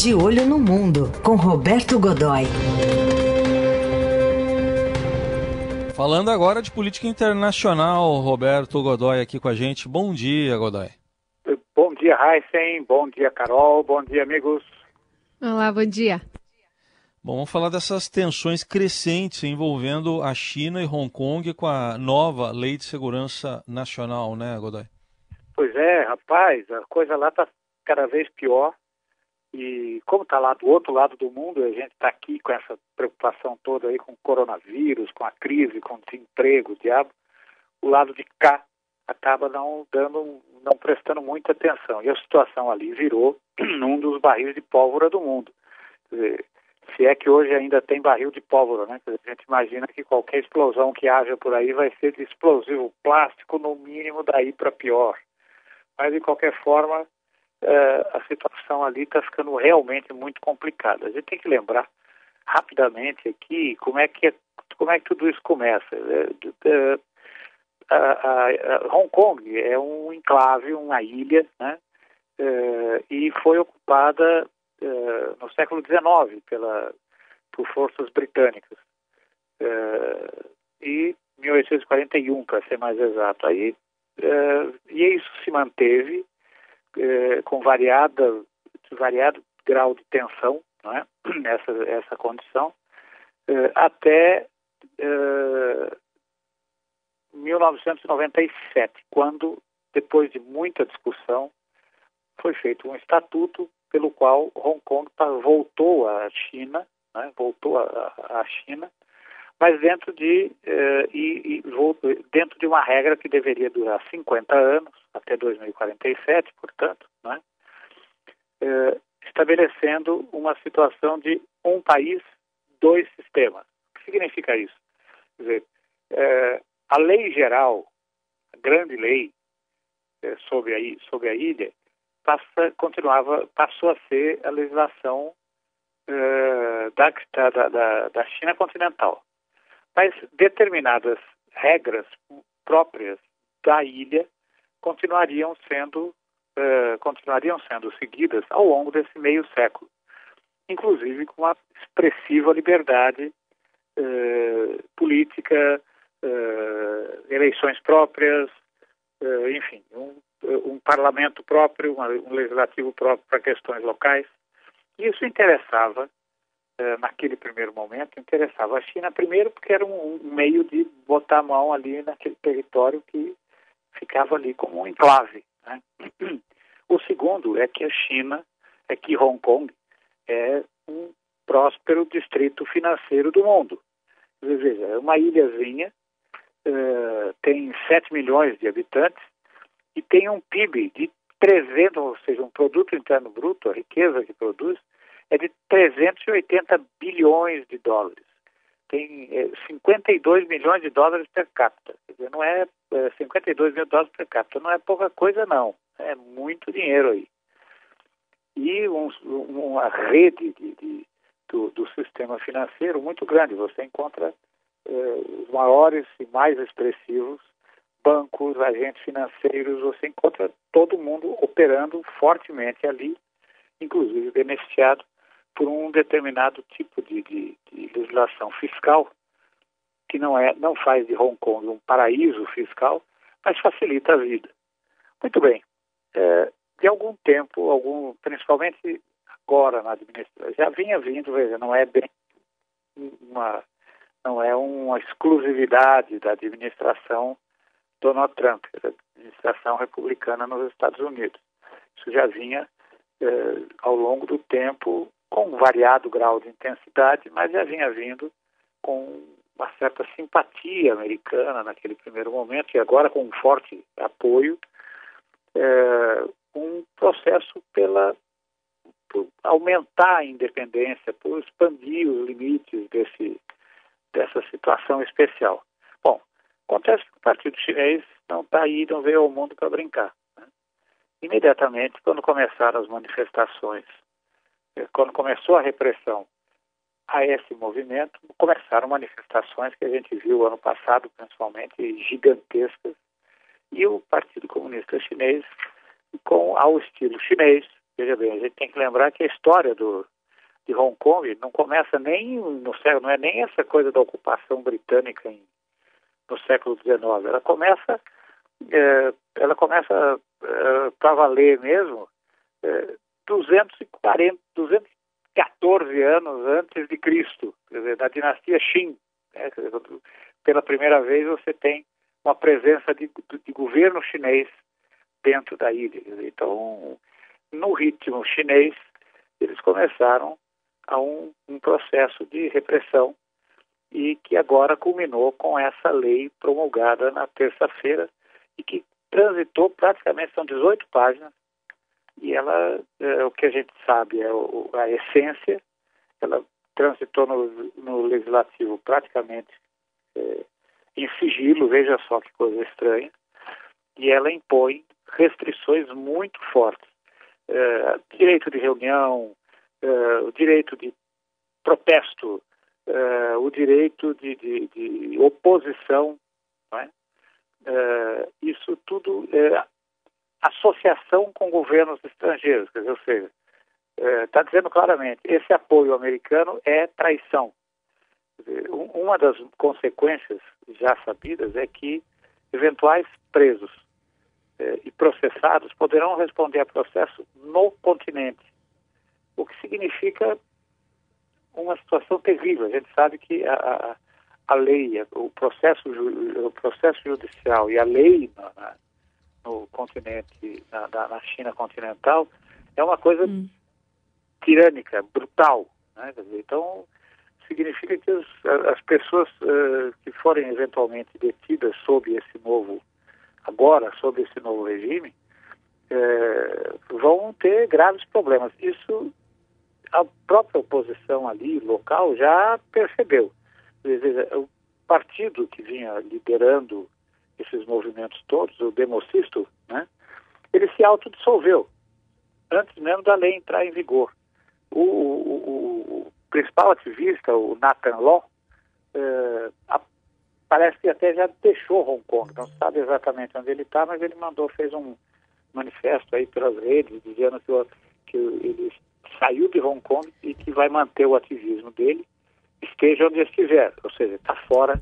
De Olho no Mundo, com Roberto Godoy. Falando agora de política internacional, Roberto Godoy aqui com a gente. Bom dia, Godoy. Bom dia, Heisen. Bom dia, Carol. Bom dia, amigos. Olá, bom dia. Bom, vamos falar dessas tensões crescentes envolvendo a China e Hong Kong com a nova Lei de Segurança Nacional, né, Godoy? Pois é, rapaz, a coisa lá está cada vez pior. E como está lá do outro lado do mundo, a gente está aqui com essa preocupação toda aí com o coronavírus, com a crise, com o desemprego, o diabo, o lado de cá acaba não prestando muita atenção. E a situação ali virou um dos barris de pólvora do mundo. Quer dizer, se é que hoje ainda tem barril de pólvora, né? A gente imagina que qualquer explosão que haja por aí vai ser de explosivo plástico, no mínimo, daí para pior. Mas, de qualquer forma, a situação ali está ficando realmente muito complicada. A gente tem que lembrar rapidamente aqui como é que tudo isso começa. Hong Kong é um enclave, uma ilha, né? E foi ocupada no século XIX por forças britânicas. E 1841, para ser mais exato. E isso se manteve com variado grau de tensão, não é? Essa condição, até 1997, quando, depois de muita discussão, foi feito um estatuto pelo qual Hong Kong voltou à China, né? Voltou à China, mas dentro de uma regra que deveria durar 50 anos, até 2047, portanto, né? Estabelecendo uma situação de um país, dois sistemas. O que significa isso? Quer dizer, a lei geral, a grande lei sobre a ilha, passou a ser a legislação da China continental. Mas determinadas regras próprias da ilha continuariam sendo seguidas ao longo desse meio século, inclusive com uma expressiva liberdade política, eleições próprias, enfim, um parlamento próprio, um legislativo próprio para questões locais. Isso interessava, naquele primeiro momento, interessava a China, primeiro porque era um meio de botar a mão ali naquele território que ficava ali como um enclave, né? O segundo é que que Hong Kong é um próspero distrito financeiro do mundo. Veja, é uma ilhazinha, tem 7 milhões de habitantes e tem um PIB de 300, ou seja, um produto interno bruto, a riqueza que produz, é de 380 bilhões de dólares. Tem 52 milhões de dólares per capita. Quer dizer, não é 52 mil dólares per capita, não é pouca coisa, não. É muito dinheiro aí. E uma rede do sistema financeiro muito grande. Você encontra os maiores e mais expressivos bancos, agentes financeiros, você encontra todo mundo operando fortemente ali, inclusive beneficiado por um determinado tipo de legislação fiscal, que não faz de Hong Kong um paraíso fiscal, mas facilita a vida. Muito bem. De algum tempo, principalmente agora na administração, já vinha vindo, veja, não é uma exclusividade da administração Donald Trump, da administração republicana nos Estados Unidos. Isso já vinha ao longo do tempo com um variado grau de intensidade, mas já vinha vindo com uma certa simpatia americana naquele primeiro momento e agora com um forte apoio, um processo por aumentar a independência, por expandir os limites dessa situação especial. Bom, acontece que o Partido Chinês não está aí, não veio ao mundo para brincar, né? Imediatamente, quando começaram as manifestações, quando começou a repressão a esse movimento, começaram manifestações que a gente viu ano passado, principalmente gigantescas, e o Partido Comunista Chinês, ao estilo chinês, Veja bem, a gente tem que lembrar que a história de Hong Kong não começa nem no século, não é nem essa coisa da ocupação britânica no século XIX. Ela começa para valer mesmo 214 anos antes de Cristo, quer dizer, da dinastia Qin. Né? Quer dizer, pela primeira vez você tem uma presença de governo chinês dentro da ilha. Quer dizer, então, no ritmo chinês, eles começaram a um processo de repressão e que agora culminou com essa lei promulgada na terça-feira e que transitou praticamente, são 18 páginas, e ela, o que a gente sabe é a essência, ela transitou no legislativo praticamente em sigilo, veja só que coisa estranha, e ela impõe restrições muito fortes. Direito de reunião, o direito de protesto, o direito de oposição, não é? Isso tudo associação com governos estrangeiros, quer dizer, ou seja, está dizendo claramente, esse apoio americano é traição. Quer dizer, uma das consequências já sabidas é que eventuais presos e processados poderão responder a processo no continente, o que significa uma situação terrível. A gente sabe que a lei, o processo judicial e a lei no continente, na China continental, é uma coisa tirânica, brutal. Né? Então, significa que as pessoas que forem eventualmente detidas sob esse novo regime, vão ter graves problemas. Isso a própria oposição ali, local, já percebeu. O partido que vinha liderando esses movimentos todos, o Democisto, né, ele se autodissolveu antes mesmo da lei entrar em vigor. O principal ativista, o Nathan Law, parece que até já deixou Hong Kong, não se sabe exatamente onde ele está, mas ele fez um manifesto aí pelas redes, dizendo que ele saiu de Hong Kong e que vai manter o ativismo dele, esteja onde estiver, ou seja, está fora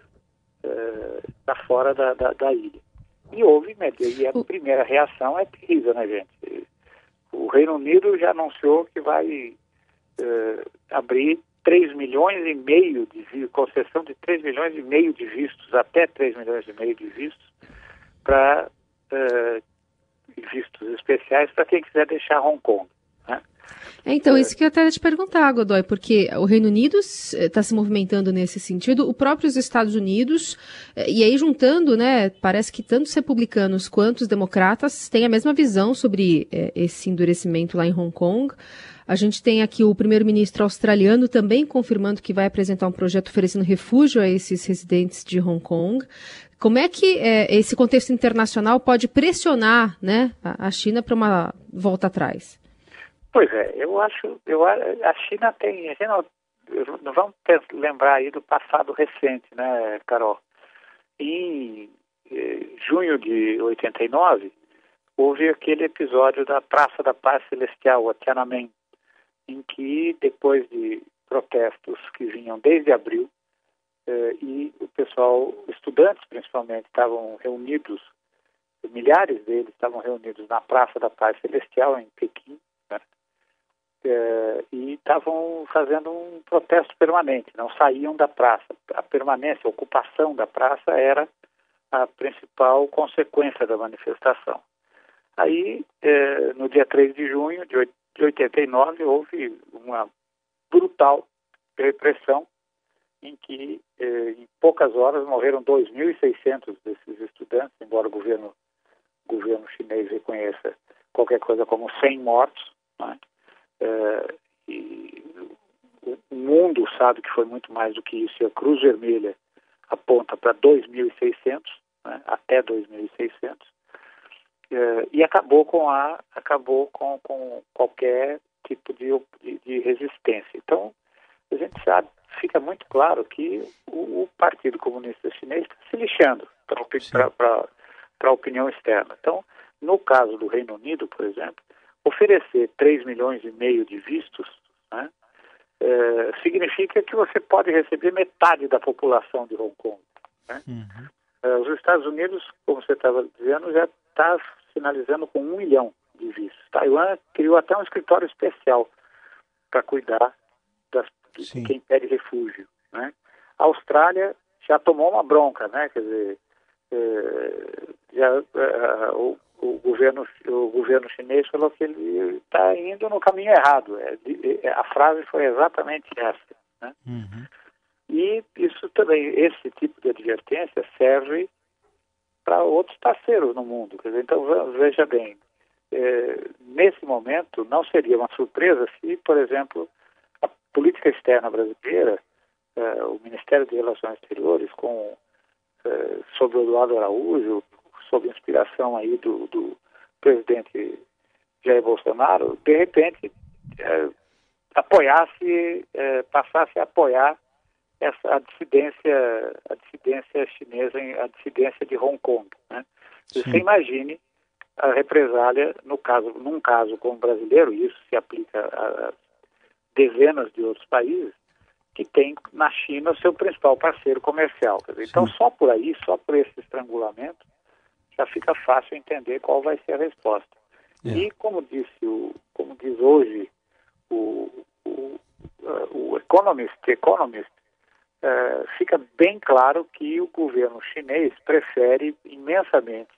da ilha. E a primeira reação é terrível, né, gente? O Reino Unido já anunciou que vai abrir 3 milhões e meio concessão de 3 milhões e meio de vistos, até 3 milhões e meio de vistos, para vistos especiais para quem quiser deixar Hong Kong. Né? Então, isso que eu até ia te perguntar, Godoy, porque o Reino Unido está se movimentando nesse sentido, os próprios Estados Unidos, e aí juntando, né, parece que tanto os republicanos quanto os democratas têm a mesma visão sobre esse endurecimento lá em Hong Kong. A gente tem aqui o primeiro-ministro australiano também confirmando que vai apresentar um projeto oferecendo refúgio a esses residentes de Hong Kong. Como é que esse contexto internacional pode pressionar, né, a China para uma volta atrás? Pois é, a China tem, não vamos lembrar aí do passado recente, né, Carol? Em junho de 89, houve aquele episódio da Praça da Paz Celestial, a Tiananmen, em que, depois de protestos que vinham desde abril, e o pessoal, estudantes principalmente, estavam reunidos, milhares deles estavam reunidos na Praça da Paz Celestial, em Pequim, né? E estavam fazendo um protesto permanente, não saíam da praça. A permanência, a ocupação da praça era a principal consequência da manifestação. Aí, no dia 3 de junho de 89, houve uma brutal repressão em que, em poucas horas, morreram 2.600 desses estudantes, embora o governo chinês reconheça qualquer coisa como 100 mortos, né? E o mundo sabe que foi muito mais do que isso, e a Cruz Vermelha aponta para 2.600, né? Até 2.600, e acabou com qualquer tipo de resistência. Então, a gente sabe, fica muito claro que o Partido Comunista Chinês está se lixando para a opinião externa. Então, no caso do Reino Unido, por exemplo, oferecer 3,5 milhões de vistos, né, significa que você pode receber metade da população de Hong Kong. Né? Os Estados Unidos, como você estava dizendo, já está sinalizando com 1 milhão de vistos. Taiwan criou até um escritório especial para cuidar de quem pede refúgio. Né? A Austrália já tomou uma bronca, né? Quer dizer, o governo chinês falou que ele está indo no caminho errado. A frase foi exatamente essa. Né? E isso também, esse tipo de advertência serve para outros parceiros no mundo. Quer dizer, então, veja bem, nesse momento não seria uma surpresa se, por exemplo, a política externa brasileira, o Ministério de Relações Exteriores, sob o Eduardo Araújo, sob inspiração aí do presidente Jair Bolsonaro, de repente passasse a apoiar a dissidência chinesa, a dissidência de Hong Kong. Né? Você imagine a represália num caso como brasileiro, e isso se aplica a dezenas de outros países, que tem na China o seu principal parceiro comercial. Quer dizer, então, só por aí, só por esse estrangulamento, já fica fácil entender qual vai ser a resposta. E como diz hoje o Economist, fica bem claro que o governo chinês prefere imensamente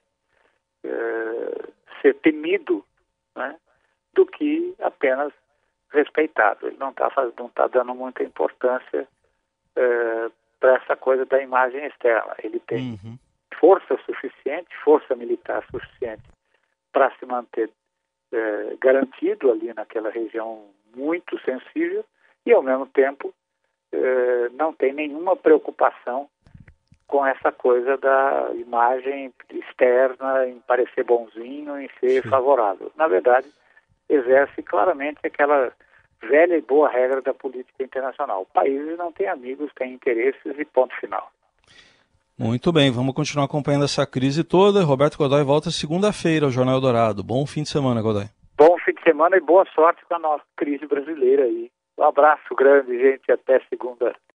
ser temido, né, do que apenas respeitado. Ele não está dando muita importância para essa coisa da imagem externa. Ele tem força militar suficiente para se manter garantido ali naquela região muito sensível e, ao mesmo tempo, não tem nenhuma preocupação com essa coisa da imagem externa, em parecer bonzinho, em ser favorável. Na verdade, exerce claramente aquela velha e boa regra da política internacional. Países não têm amigos, têm interesses e ponto final. Muito bem, vamos continuar acompanhando essa crise toda. Roberto Godoy volta segunda-feira ao Jornal Eldorado. Bom fim de semana, Godoy. Bom fim de semana e boa sorte com a nossa crise brasileira aí. Um abraço grande, gente, até segunda.